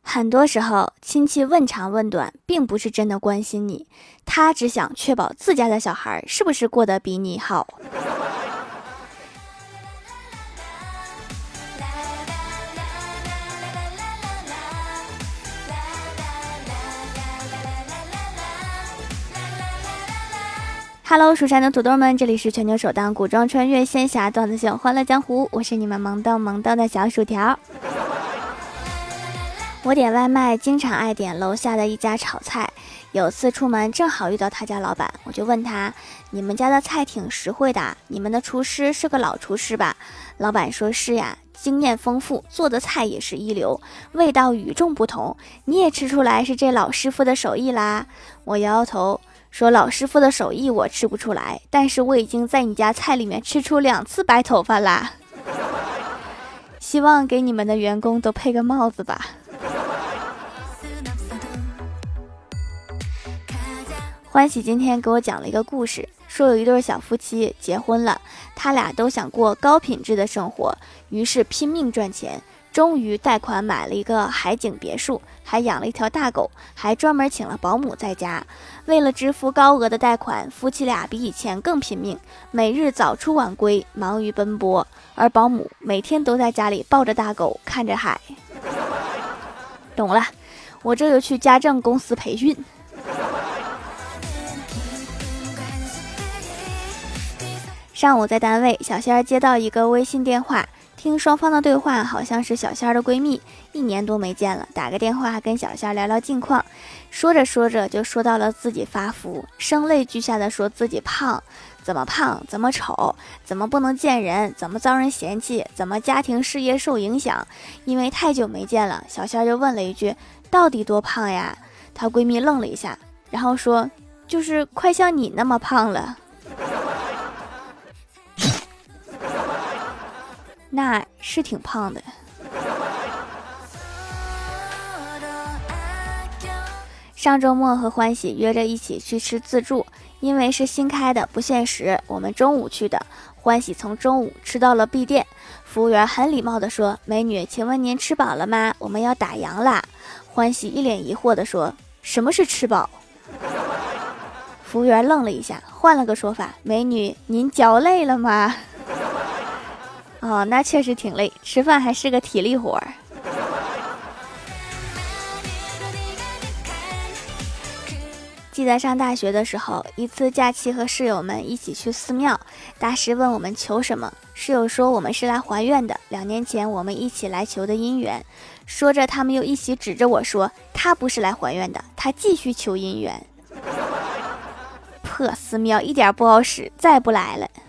很多时候，亲戚问长问短，并不是真的关心你，他只想确保自家的小孩是不是过得比你好。Hello， 蜀山的土豆们，这里是全球首档古装穿越仙侠段子秀《欢乐江湖》，我是你们萌逗的小薯条。我点外卖经常爱点楼下的一家炒菜，有次出门正好遇到他家老板，我就问他：你们家的菜挺实惠的，你们的厨师是个老厨师吧？老板说是呀，经验丰富，做的菜也是一流，味道与众不同，你也吃出来是这老师傅的手艺啦。我摇摇头说，老师傅的手艺我吃不出来，但是我已经在你家菜里面吃出2次白头发啦。希望给你们的员工都配个帽子吧。欢喜今天给我讲了一个故事，说有一对小夫妻结婚了，他俩都想过高品质的生活，于是拼命赚钱，终于贷款买了一个海景别墅，还养了一条大狗，还专门请了保姆在家。为了支付高额的贷款，夫妻俩比以前更拼命，每日早出晚归，忙于奔波，而保姆每天都在家里抱着大狗看着海。懂了，我这就去家政公司培训。上午在单位，小仙儿接到一个微信电话，听双方的对话好像是小仙儿的闺蜜，1年多没见了，打个电话跟小仙儿聊聊近况。说着说着就说到了自己发福，声泪俱下的说自己胖，怎么胖，怎么丑，怎么不能见人，怎么遭人嫌弃，怎么家庭事业受影响。因为太久没见了，小仙儿就问了一句，到底多胖呀？她闺蜜愣了一下，然后说，就是快像你那么胖了。那是挺胖的。上周末和欢喜约着一起去吃自助，因为是新开的不限时，我们中午去的。欢喜从中午吃到了闭店，服务员很礼貌地说，美女请问您吃饱了吗？我们要打烊啦。欢喜一脸疑惑地说，什么是吃饱？服务员愣了一下，换了个说法，美女您嚼累了吗？哦，那确实挺累，吃饭还是个体力活儿。记得上大学的时候，一次假期和室友们一起去寺庙，大师问我们求什么，室友说我们是来还愿的，2年前我们一起来求的姻缘。说着他们又一起指着我说，他不是来还愿的，他继续求姻缘。破寺庙一点不好使，再不来了。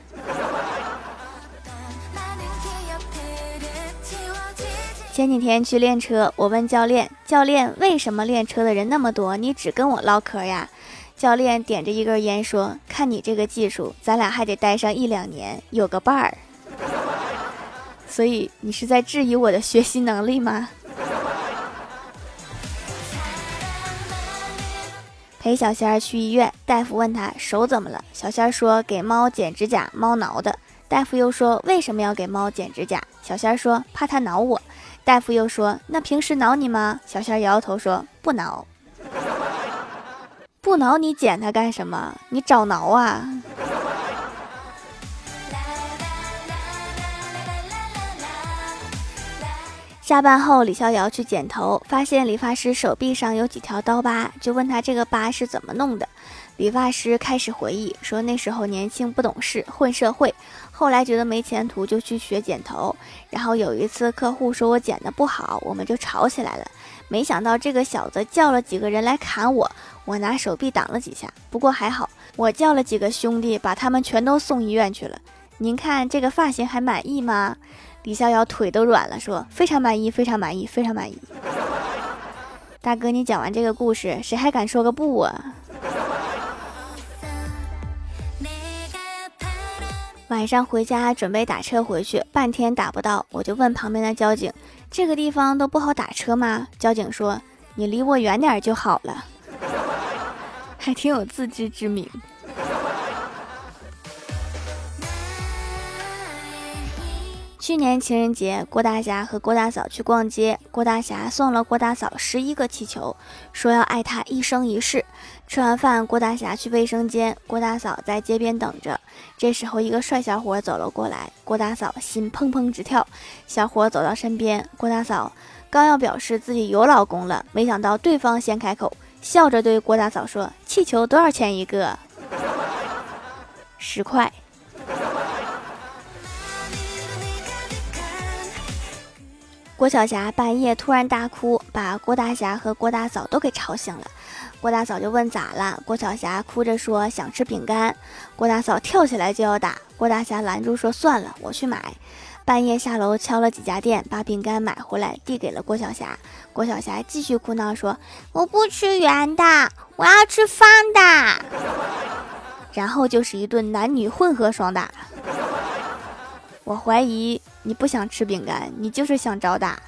前几天去练车，我问教练为什么练车的人那么多，你只跟我唠嗑呀？教练点着一根烟说，看你这个技术，咱俩还得待上1-2年，有个伴儿。所以你是在质疑我的学习能力吗？陪小仙儿去医院，大夫问他手怎么了，小仙儿说给猫剪指甲，猫挠的。大夫又说为什么要给猫剪指甲，小仙儿说怕它挠我。大夫又说那平时挠你吗？小仙儿摇摇头说不挠。不挠你剪它干什么？你找挠啊。下班后李逍遥去剪头，发现理发师手臂上有几条刀疤，就问他这个疤是怎么弄的。理发师开始回忆说，那时候年轻不懂事，混社会，后来觉得没前途就去学剪头，然后有一次客户说我剪得不好，我们就吵起来了。没想到这个小子叫了几个人来砍我，我拿手臂挡了几下，不过还好，我叫了几个兄弟把他们全都送医院去了。您看这个发型还满意吗？李逍遥腿都软了，说非常满意，非常满意，非常满意。大哥，你讲完这个故事，谁还敢说个不啊？晚上回家准备打车回去，半天打不到，我就问旁边的交警，这个地方都不好打车吗？交警说，你离我远点就好了。还挺有自知之明。 去年情人节，郭大侠和郭大嫂去逛街，郭大侠送了郭大嫂11个气球，说要爱她一生一世。吃完饭，郭大侠去卫生间，郭大嫂在街边等着。这时候，一个帅小伙走了过来，郭大嫂心砰砰直跳。小伙走到身边，郭大嫂刚要表示自己有老公了，没想到对方先开口，笑着对郭大嫂说：“气球多少钱一个？10块。”郭晓霞半夜突然大哭，把郭大侠和郭大嫂都给吵醒了。郭大嫂就问咋了，郭晓霞哭着说想吃饼干。郭大嫂跳起来就要打，郭大侠拦住说算了，我去买。半夜下楼敲了几家店，把饼干买回来递给了郭晓霞。郭晓霞继续哭闹说我不吃圆的，我要吃方的。然后就是一顿男女混合双打。我怀疑你不想吃饼干，你就是想找打。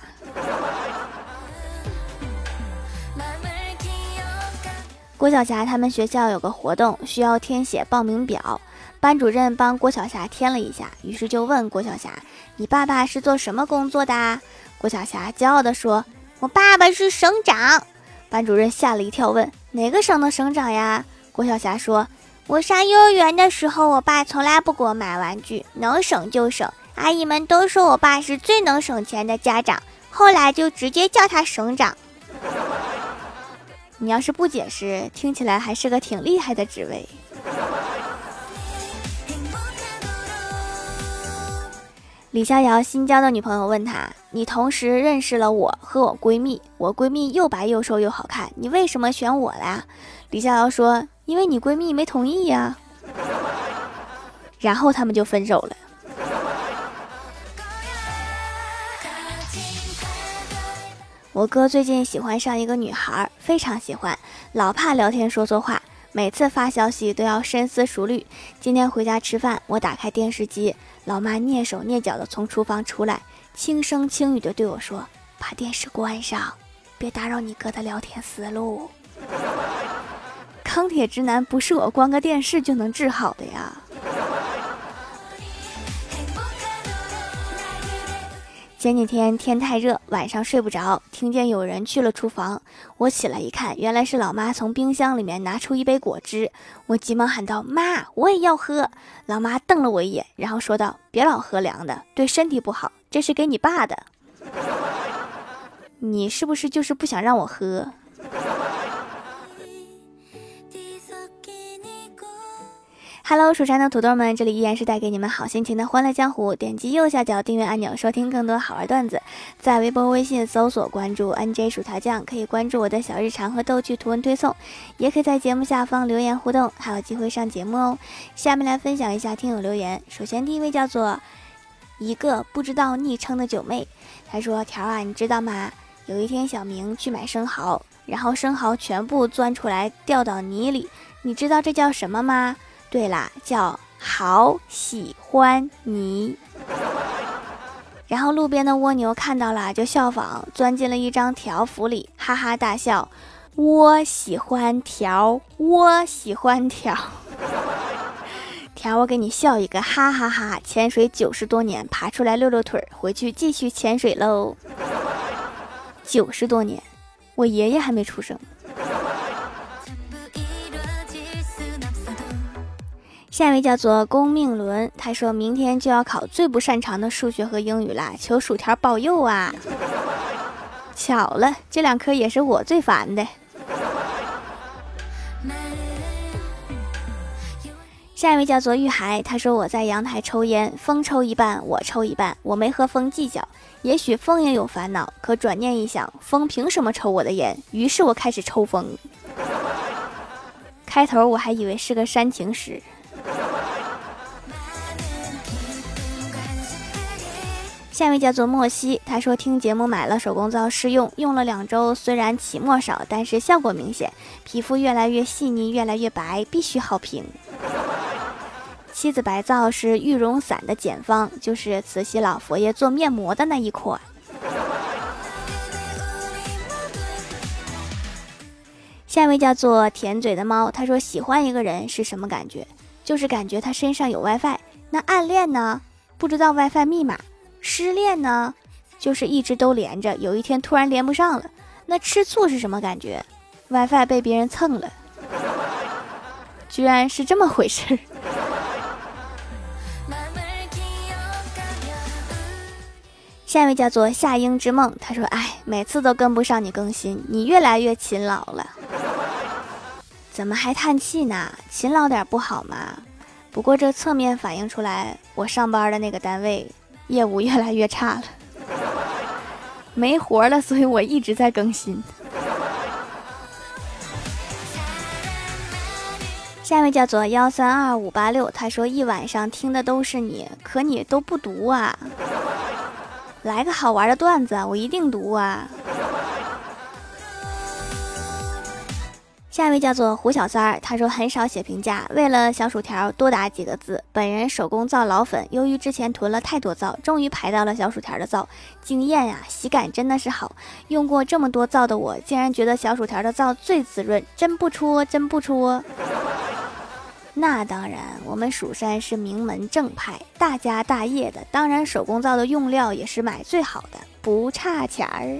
郭晓霞他们学校有个活动，需要填写报名表，班主任帮郭晓霞填了一下，于是就问郭晓霞：“你爸爸是做什么工作的？”郭晓霞骄傲地说：“我爸爸是省长。”班主任吓了一跳，问：“哪个省的省长呀？”郭晓霞说：“我上幼儿园的时候，我爸从来不给我买玩具，能省就省。阿姨们都说我爸是最能省钱的家长，后来就直接叫他省长。”你要是不解释，听起来还是个挺厉害的职位。李逍遥新交的女朋友问他：“你同时认识了我和我闺蜜，我闺蜜又白又瘦又好看，你为什么选我啦？”李逍遥说：“因为你闺蜜没同意呀。”然后他们就分手了。我哥最近喜欢上一个女孩，非常喜欢，老怕聊天说错话，每次发消息都要深思熟虑。今天回家吃饭，我打开电视机，老妈蹑手蹑脚的从厨房出来，轻声轻语的对我说：“把电视关上，别打扰你哥的聊天思路。”钢铁直男不是我关个电视就能治好的呀。前几天天太热，晚上睡不着，听见有人去了厨房，我起来一看，原来是老妈从冰箱里面拿出一杯果汁，我急忙喊道：“妈，我也要喝。”老妈瞪了我一眼，然后说道：“别老喝凉的，对身体不好，这是给你爸的。”你是不是就是不想让我喝？Hello， 蜀山的土豆们，这里依然是带给你们好心情的欢乐江湖。点击右下角订阅按钮，收听更多好玩段子。在微博、微信搜索关注 NJ 薯条酱，可以关注我的小日常和逗趣图文推送，也可以在节目下方留言互动，还有机会上节目哦。下面来分享一下听友留言。首先第一位叫做一个不知道昵称的九妹，她说：“条啊，你知道吗？有一天小明去买生蚝，然后生蚝全部钻出来掉到泥里，你知道这叫什么吗？对啦，叫好喜欢你。”然后路边的蜗牛看到了就效仿，钻进了一张条幅里，哈哈大笑。我喜欢条，我喜欢条。条，我给你笑一个，哈哈哈！潜水90多年，爬出来溜溜腿，回去继续潜水喽。90多年，我爷爷还没出生。下一位叫做公命伦，他说明天就要考最不擅长的数学和英语啦，求薯条保佑啊！巧了，这2科也是我最烦的。下一位叫做玉海，他说我在阳台抽烟，风抽一半，我抽一半，我没和风计较，也许风也有烦恼，可转念一想，风凭什么抽我的烟？于是我开始抽风。开头我还以为是个煽情诗。下一位叫做莫西，他说听节目买了手工皂试用，用了2周，虽然起沫少，但是效果明显，皮肤越来越细腻，越来越白，必须好评。妻子白皂是玉容散的简方，就是慈禧老佛爷做面膜的那一款。下一位叫做甜嘴的猫，他说喜欢一个人是什么感觉？就是感觉他身上有 WiFi。那暗恋呢？不知道 WiFi 密码， 失恋呢，就是一直都连着，有一天突然连不上了。那吃醋是什么感觉？ WiFi 被别人蹭了，居然是这么回事。下一位叫做夏英之梦，他说每次都跟不上你更新，你越来越勤劳了。怎么还叹气呢？勤劳点不好吗？不过这侧面反映出来我上班的那个单位业务越来越差了，没活了，所以我一直在更新。下一位叫做132586，他说一晚上听的都是你，可你都不读啊。来个好玩的段子，我一定读啊。下一位叫做胡小三儿，他说很少写评价，为了小薯条多打几个字。本人手工皂老粉，由于之前囤了太多皂，终于排到了小薯条的皂，惊艳呀，洗感真的是好。用过这么多皂的我，竟然觉得小薯条的皂最滋润，真不戳，真不戳。那当然，我们蜀山是名门正派，大家大业的，当然手工皂的用料也是买最好的，不差钱儿。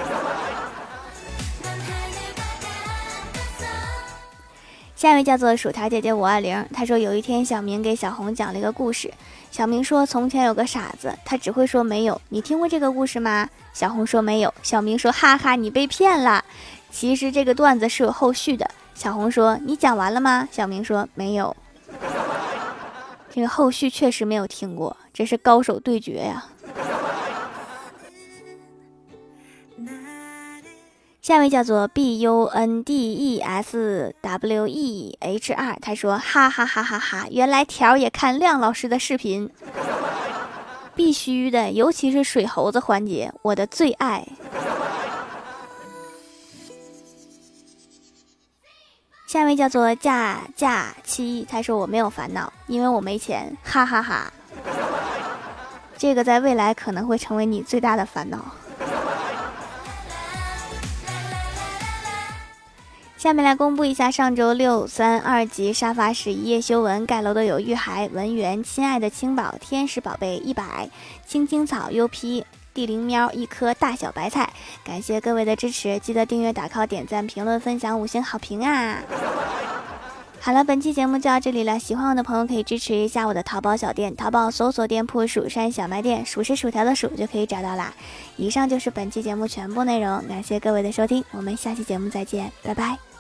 下一位叫做薯条姐姐520，她说有一天小明给小红讲了一个故事，小明说从前有个傻子，他只会说没有，你听过这个故事吗？小红说没有，小明说哈哈，你被骗了，其实这个段子是有后续的。小红说你讲完了吗？小明说没有，这个后续确实没有听过，这是高手对决呀。下一位叫做 BUNDESWEHR， 他说哈哈哈哈哈，原来条也看亮老师的视频，必须的，尤其是水猴子环节，我的最爱。下一位叫做假期，他说我没有烦恼，因为我没钱，哈哈哈。这个在未来可能会成为你最大的烦恼。下面来公布一下上周6、3、2级沙发是一夜修文，盖楼的有玉海、文员、亲爱的青宝、天使宝贝100、青青草、UP、地灵喵、一颗大小白菜。感谢各位的支持，记得订阅、打 call、点赞、评论、分享、5星好评啊！好了，本期节目就到这里了，喜欢我的朋友可以支持一下我的淘宝小店，淘宝搜索店铺蜀山小卖店，蜀是薯条的蜀就可以找到啦。以上就是本期节目全部内容，感谢各位的收听，我们下期节目再见，拜拜。